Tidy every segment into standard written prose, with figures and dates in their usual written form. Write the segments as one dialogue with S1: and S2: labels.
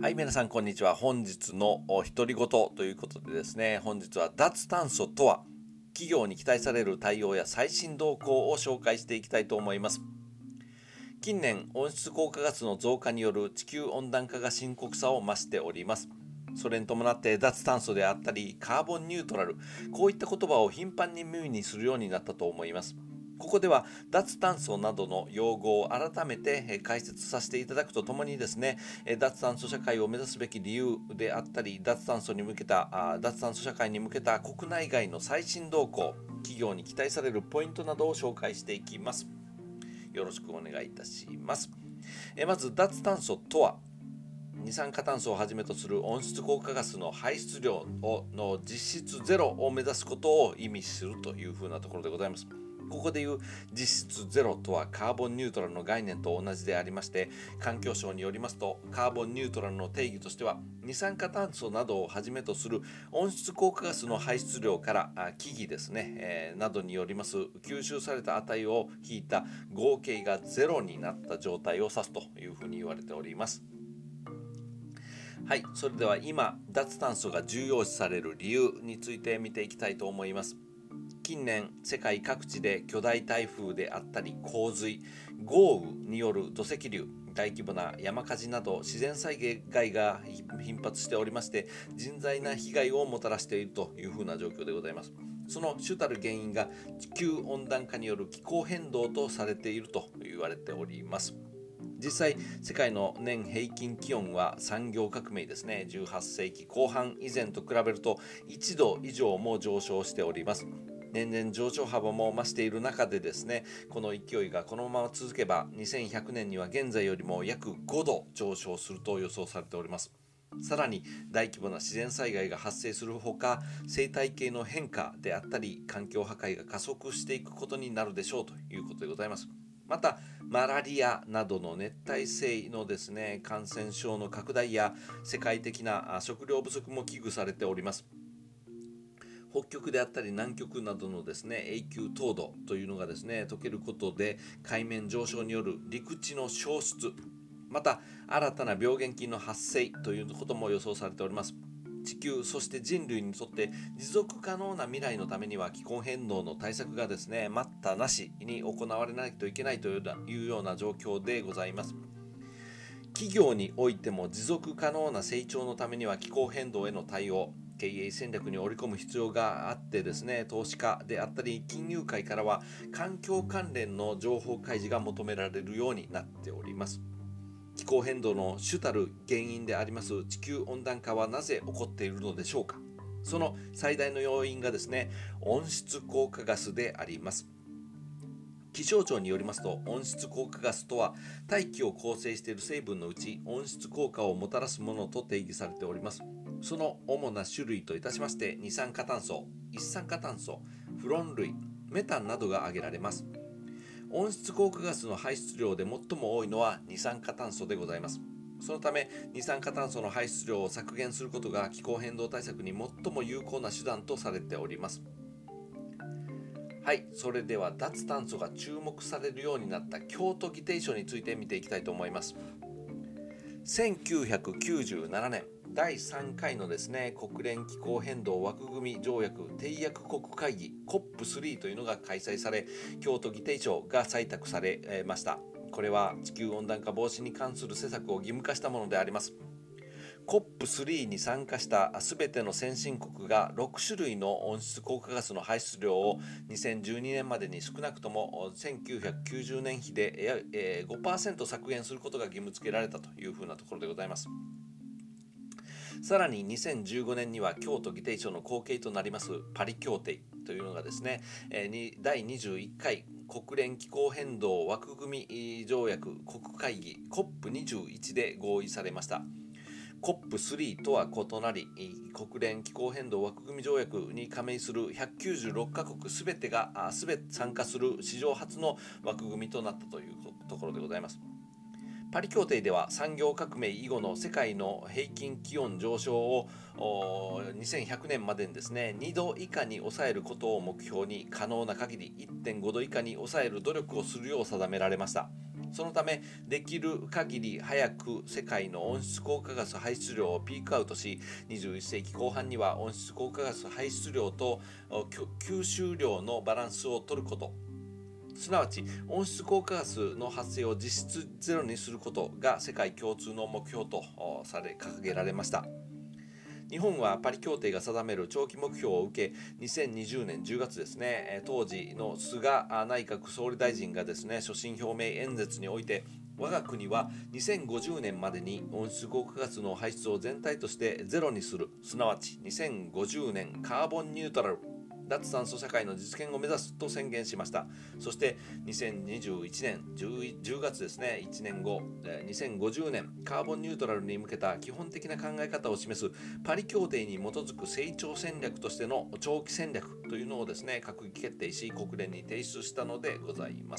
S1: はい、皆さん、こんにちは。本日の独り言ということでですね、本日は脱炭素とは、企業に期待される対応や最新動向を紹介していきたいと思います。近年、温室効果ガスの増加による地球温暖化が深刻さを増しております。それに伴って脱炭素であったり、カーボンニュートラル、こういった言葉を頻繁に耳にするようになったと思います。ここでは脱炭素などの用語を改めて解説させていただくとともにですね、脱炭素社会を目指すべき理由であったり、脱炭素社会に向けた国内外の最新動向、企業に期待されるポイントなどを紹介していきます。よろしくお願いいたします。まず脱炭素とは、二酸化炭素をはじめとする温室効果ガスの排出量の実質ゼロを目指すことを意味するというふうなところでございます。ここでいう実質ゼロとはカーボンニュートラルの概念と同じでありまして、環境省によりますと、カーボンニュートラルの定義としては、二酸化炭素などをはじめとする温室効果ガスの排出量から木々ですね、などによります吸収された値を引いた合計がゼロになった状態を指すというふうに言われております。はい、それでは今脱炭素が重要視される理由について見ていきたいと思います。近年世界各地で巨大台風であったり洪水、豪雨による土石流、大規模な山火事など自然災害が頻発しておりまして、甚大な被害をもたらしているというふうな状況でございます。その主たる原因が地球温暖化による気候変動とされていると言われております。実際世界の年平均気温は産業革命ですね、18世紀後半以前と比べると1度以上も上昇しております。年々上昇幅も増している中でですね、この勢いがこのまま続けば2100年には現在よりも約5度上昇すると予想されております。さらに大規模な自然災害が発生するほか、生態系の変化であったり環境破壊が加速していくことになるでしょうということでございます。またマラリアなどの熱帯性のですね感染症の拡大や世界的な食料不足も危惧されております。北極であったり南極などのですね永久凍土というのがですね溶けることで海面上昇による陸地の消失、また新たな病原菌の発生ということも予想されております。地球そして人類にとって持続可能な未来のためには気候変動の対策がですね待ったなしに行われないといけないというような状況でございます。企業においても持続可能な成長のためには気候変動への対応、経営戦略に織り込む必要があってですね、投資家であったり金融界からは環境関連の情報開示が求められるようになっております。気候変動の主たる原因であります地球温暖化はなぜ起こっているのでしょうか。その最大の要因がですね、温室効果ガスであります。気象庁によりますと、温室効果ガスとは大気を構成している成分のうち温室効果をもたらすものと定義されております。その主な種類といたしまして、二酸化炭素、一酸化炭素、フロン類、メタンなどが挙げられます。温室効果ガスの排出量で最も多いのは二酸化炭素でございます。そのため二酸化炭素の排出量を削減することが気候変動対策に最も有効な手段とされております。はい、それでは脱炭素が注目されるようになった京都議定書について見ていきたいと思います。1997年第3回のですね国連気候変動枠組条約締約国会議 COP3 というのが開催され、京都議定書が採択されました。これは地球温暖化防止に関する施策を義務化したものであります。COP3 に参加したすべての先進国が6種類の温室効果ガスの排出量を2012年までに少なくとも1990年比で 5% 削減することが義務付けられたというふうなところでございます。さらに2015年には京都議定書の後継となりますパリ協定というのがですね、第21回国連気候変動枠組条約国会議 COP21 で合意されました。COP3 とは異なり、国連気候変動枠組条約に加盟する196カ国すべて参加する史上初の枠組みとなったというところでございます。 パリ協定では産業革命以後の世界の平均気温上昇を2100年までにですね2度以下に抑えることを目標に可能な限り 1.5 度以下に抑える努力をするよう定められました。そのためできる限り早く世界の温室効果ガス排出量をピークアウトし、21世紀後半には温室効果ガス排出量と吸収量のバランスを取ること、すなわち温室効果ガスの発生を実質ゼロにすることが世界共通の目標と掲げられました。日本はパリ協定が定める長期目標を受け、2020年10月ですね、当時の菅内閣総理大臣がですね、所信表明演説において、我が国は2050年までに温室効果ガスの排出を全体としてゼロにする、すなわち2050年カーボンニュートラル、脱炭素社会の実現を目指すと宣言しました。そして2021年 10月ですね、1年後、2050年カーボンニュートラルに向けた基本的な考え方を示すパリ協定に基づく成長戦略としての長期戦略というのをですね、閣議決定し国連に提出したのでございます。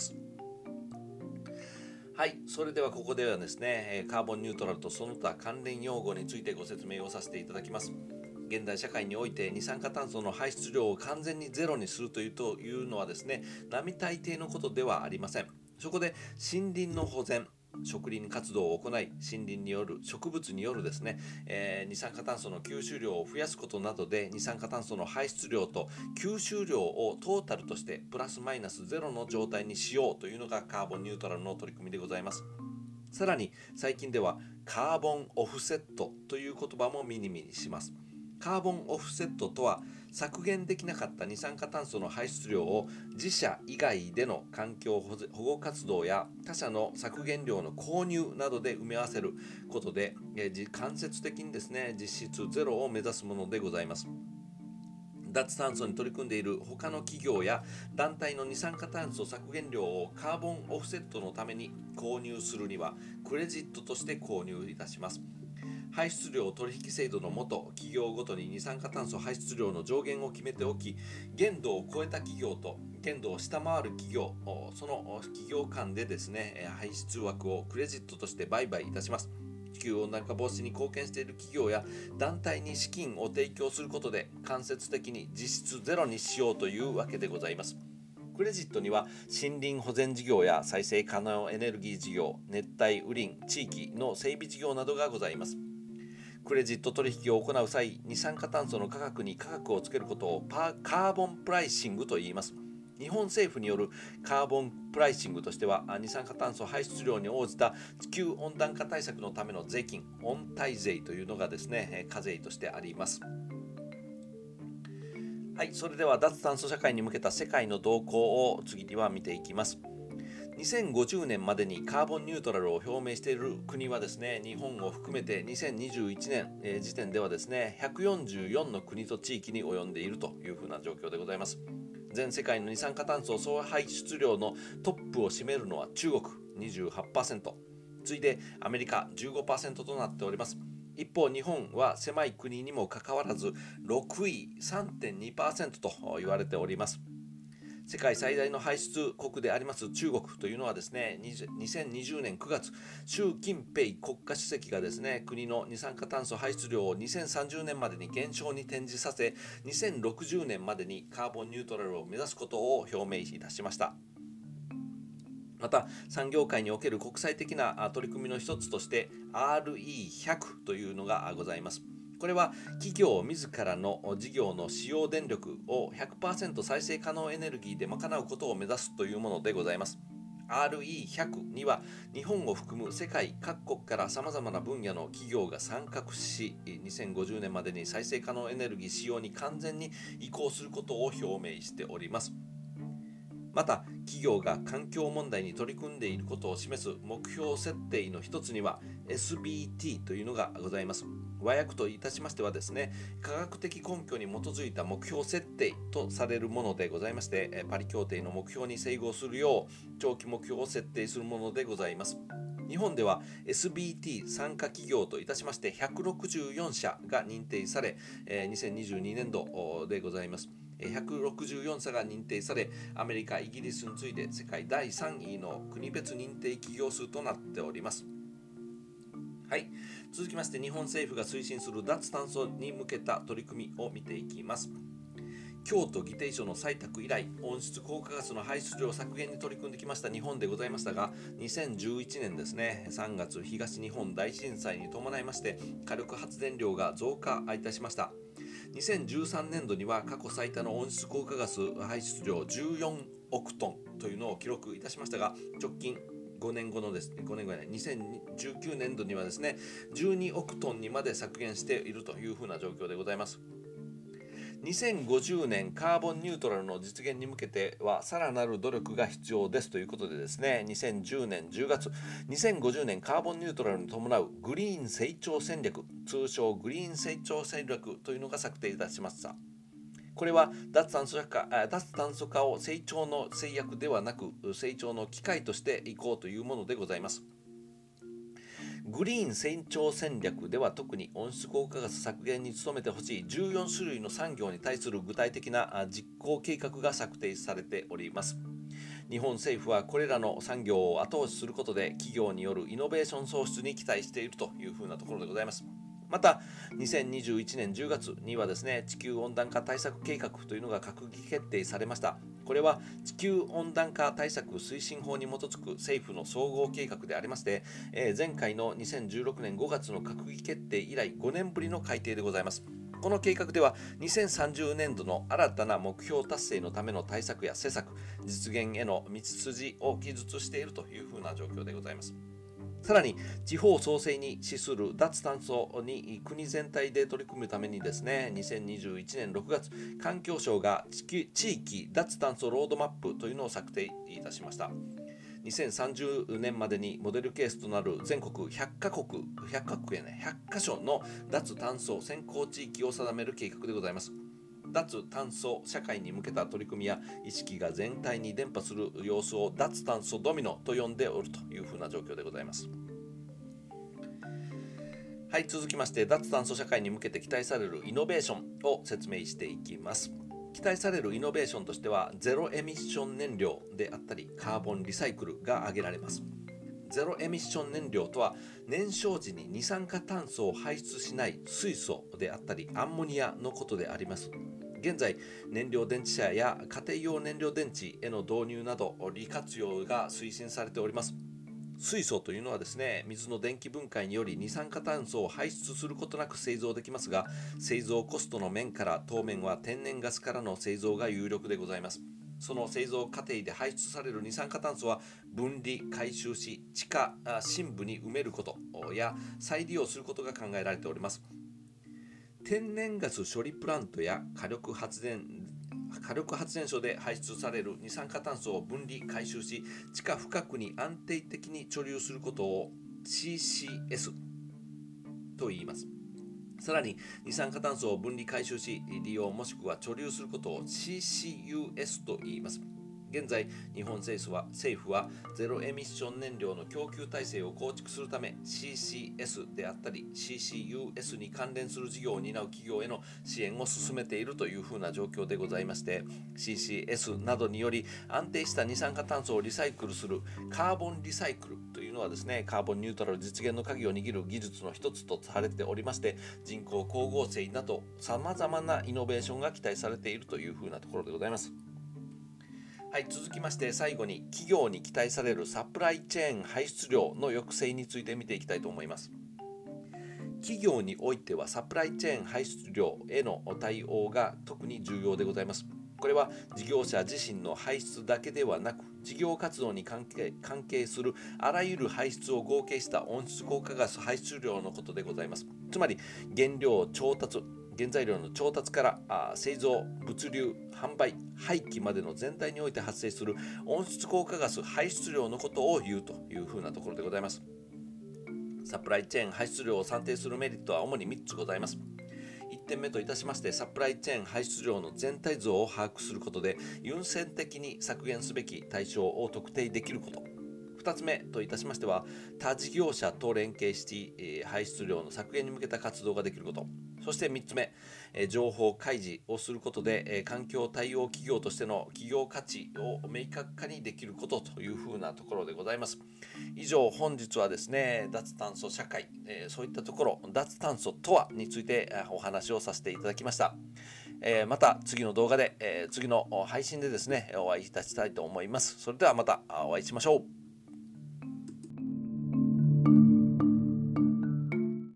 S1: はい、それではここではですね、カーボンニュートラルとその他関連用語についてご説明をさせていただきます。現代社会において二酸化炭素の排出量を完全にゼロにするというのはですね、並大抵のことではありません。そこで森林の保全、植林活動を行い、森林による植物によるですね、二酸化炭素の吸収量を増やすことなどで二酸化炭素の排出量と吸収量をトータルとしてプラスマイナスゼロの状態にしようというのがカーボンニュートラルの取り組みでございます。さらに最近ではカーボンオフセットという言葉も耳にします。カーボンオフセットとは、削減できなかった二酸化炭素の排出量を自社以外での環境保護活動や他社の削減量の購入などで埋め合わせることで、間接的にですね、実質ゼロを目指すものでございます。脱炭素に取り組んでいる他の企業や団体の二酸化炭素削減量をカーボンオフセットのために購入するには、クレジットとして購入いたします。排出量取引制度の下、企業ごとに二酸化炭素排出量の上限を決めておき、限度を超えた企業と限度を下回る企業、その企業間でですね、排出枠をクレジットとして売買いたします。地球温暖化防止に貢献している企業や団体に資金を提供することで間接的に実質ゼロにしようというわけでございます。クレジットには森林保全事業や再生可能エネルギー事業、熱帯雨林地域の整備事業などがございます。クレジット取引を行う際、二酸化炭素の価格に価格をつけることをカーボンプライシングと言います。日本政府によるカーボンプライシングとしては、二酸化炭素排出量に応じた地球温暖化対策のための税金、温帯税というのがですね、課税としてあります。はい、それでは脱炭素社会に向けた世界の動向を次には見ていきます。2050年までにカーボンニュートラルを表明している国はですね、日本を含めて2021年時点ではですね、144の国と地域に及んでいるというふうな状況でございます。全世界の二酸化炭素総排出量のトップを占めるのは中国 28%、次いでアメリカ 15% となっております。一方、日本は狭い国にもかかわらず6位 3.2% と言われております。世界最大の排出国であります中国というのはですね、2020年9月、習近平国家主席がですね、国の二酸化炭素排出量を2030年までに減少に転じさせ、2060年までにカーボンニュートラルを目指すことを表明いたしました。また、産業界における国際的な取り組みの一つとして RE100 というのがございます。これは企業自らの事業の使用電力を 100% 再生可能エネルギーで賄うことを目指すというものでございます。RE100 には日本を含む世界各国からさまざまな分野の企業が参画し、2050年までに再生可能エネルギー使用に完全に移行することを表明しております。また、企業が環境問題に取り組んでいることを示す目標設定の一つには SBT というのがございます。和訳といたしましてはですね、科学的根拠に基づいた目標設定とされるものでございまして、パリ協定の目標に整合するよう長期目標を設定するものでございます。日本では SBT 参加企業といたしまして164社が認定され、2022年度でございます。164社が認定され、アメリカ、イギリスに次いで世界第3位の国別認定企業数となっております。 はい、続きまして日本政府が推進する脱炭素に向けた取り組みを見ていきます。京都議定書の採択以来、温室効果ガスの排出量削減に取り組んできました日本でございましたが、2011年ですね、3月東日本大震災に伴いまして火力発電量が増加いたしました。2013年度には過去最多の温室効果ガス排出量14億トンというのを記録いたしましたが、直近5年後のですね、5年後や2019年度にはですね、12億トンにまで削減しているというふうな状況でございます。2050年カーボンニュートラルの実現に向けてはさらなる努力が必要ですということでですね、2010年10月、2050年カーボンニュートラルに伴うグリーン成長戦略、通称グリーン成長戦略というのが策定いたしました。これは脱炭素化を成長の制約ではなく成長の機会としていこうというものでございます。グリーン成長戦略では特に温室効果ガス削減に努めてほしい14種類の産業に対する具体的な実行計画が策定されております。日本政府はこれらの産業を後押しすることで企業によるイノベーション創出に期待しているというふうなところでございます。また2021年10月にはですね、地球温暖化対策計画というのが閣議決定されました。これは地球温暖化対策推進法に基づく政府の総合計画でありまして、前回の2016年5月の閣議決定以来5年ぶりの改定でございます。この計画では2030年度の新たな目標達成のための対策や施策、実現への道筋を記述しているというふうな状況でございます。さらに地方創生に資する脱炭素に国全体で取り組むためにですね、2021年6月環境省が地域脱炭素ロードマップというのを策定いたしました。2030年までにモデルケースとなる全国100カ所の脱炭素先行地域を定める計画でございます。脱炭素社会に向けた取り組みや意識が全体に伝播する様子を脱炭素ドミノと呼んでおるというふうな状況でございます。はい、続きまして脱炭素社会に向けて期待されるイノベーションを説明していきます。期待されるイノベーションとしてはゼロエミッション燃料であったりカーボンリサイクルが挙げられます。ゼロエミッション燃料とは燃焼時に二酸化炭素を排出しない水素であったりアンモニアのことであります。現在燃料電池車や家庭用燃料電池への導入など利活用が推進されております。水素というのはですね、水の電気分解により二酸化炭素を排出することなく製造できますが、製造コストの面から当面は天然ガスからの製造が有力でございます。その製造過程で排出される二酸化炭素は分離回収し地下深部に埋めることや再利用することが考えられております。天然ガス処理プラントや火力発電所で排出される二酸化炭素を分離回収し地下深くに安定的に貯留することを CCS と言います。さらに二酸化炭素を分離回収し利用もしくは貯留することを CCUS と言います。現在日本政府はゼロエミッション燃料の供給体制を構築するため CCS であったり CCUS に関連する事業を担う企業への支援を進めているというふうな状況でございまして、 CCS などにより安定した二酸化炭素をリサイクルするカーボンリサイクルというのはですね、カーボンニュートラル実現の鍵を握る技術の一つとされておりまして、人工光合成などさまざまなイノベーションが期待されているというふうなところでございます。はい、続きまして最後に企業に期待されるサプライチェーン排出量の抑制について見ていきたいと思います。企業においてはサプライチェーン排出量への対応が特に重要でございます。これは事業者自身の排出だけではなく事業活動に関係するあらゆる排出を合計した温室効果ガス排出量のことでございます。つまり原材料の調達から製造、物流、販売、廃棄までの全体において発生する温室効果ガス排出量のことを言うというふうなところでございます。サプライチェーン排出量を算定するメリットは主に3つございます。1点目といたしましてサプライチェーン排出量の全体像を把握することで優先的に削減すべき対象を特定できること。2つ目といたしましては他事業者と連携して排出量の削減に向けた活動ができること。 そして3つ目、情報開示をすることで、環境対応企業としての企業価値を明確化にできることというふうなところでございます。以上、本日はですね、脱炭素社会、そういったところ、脱炭素とはについてお話をさせていただきました。また次の動画で、次の配信でですね、お会いいたしたいと思います。それではまたお会いしましょう。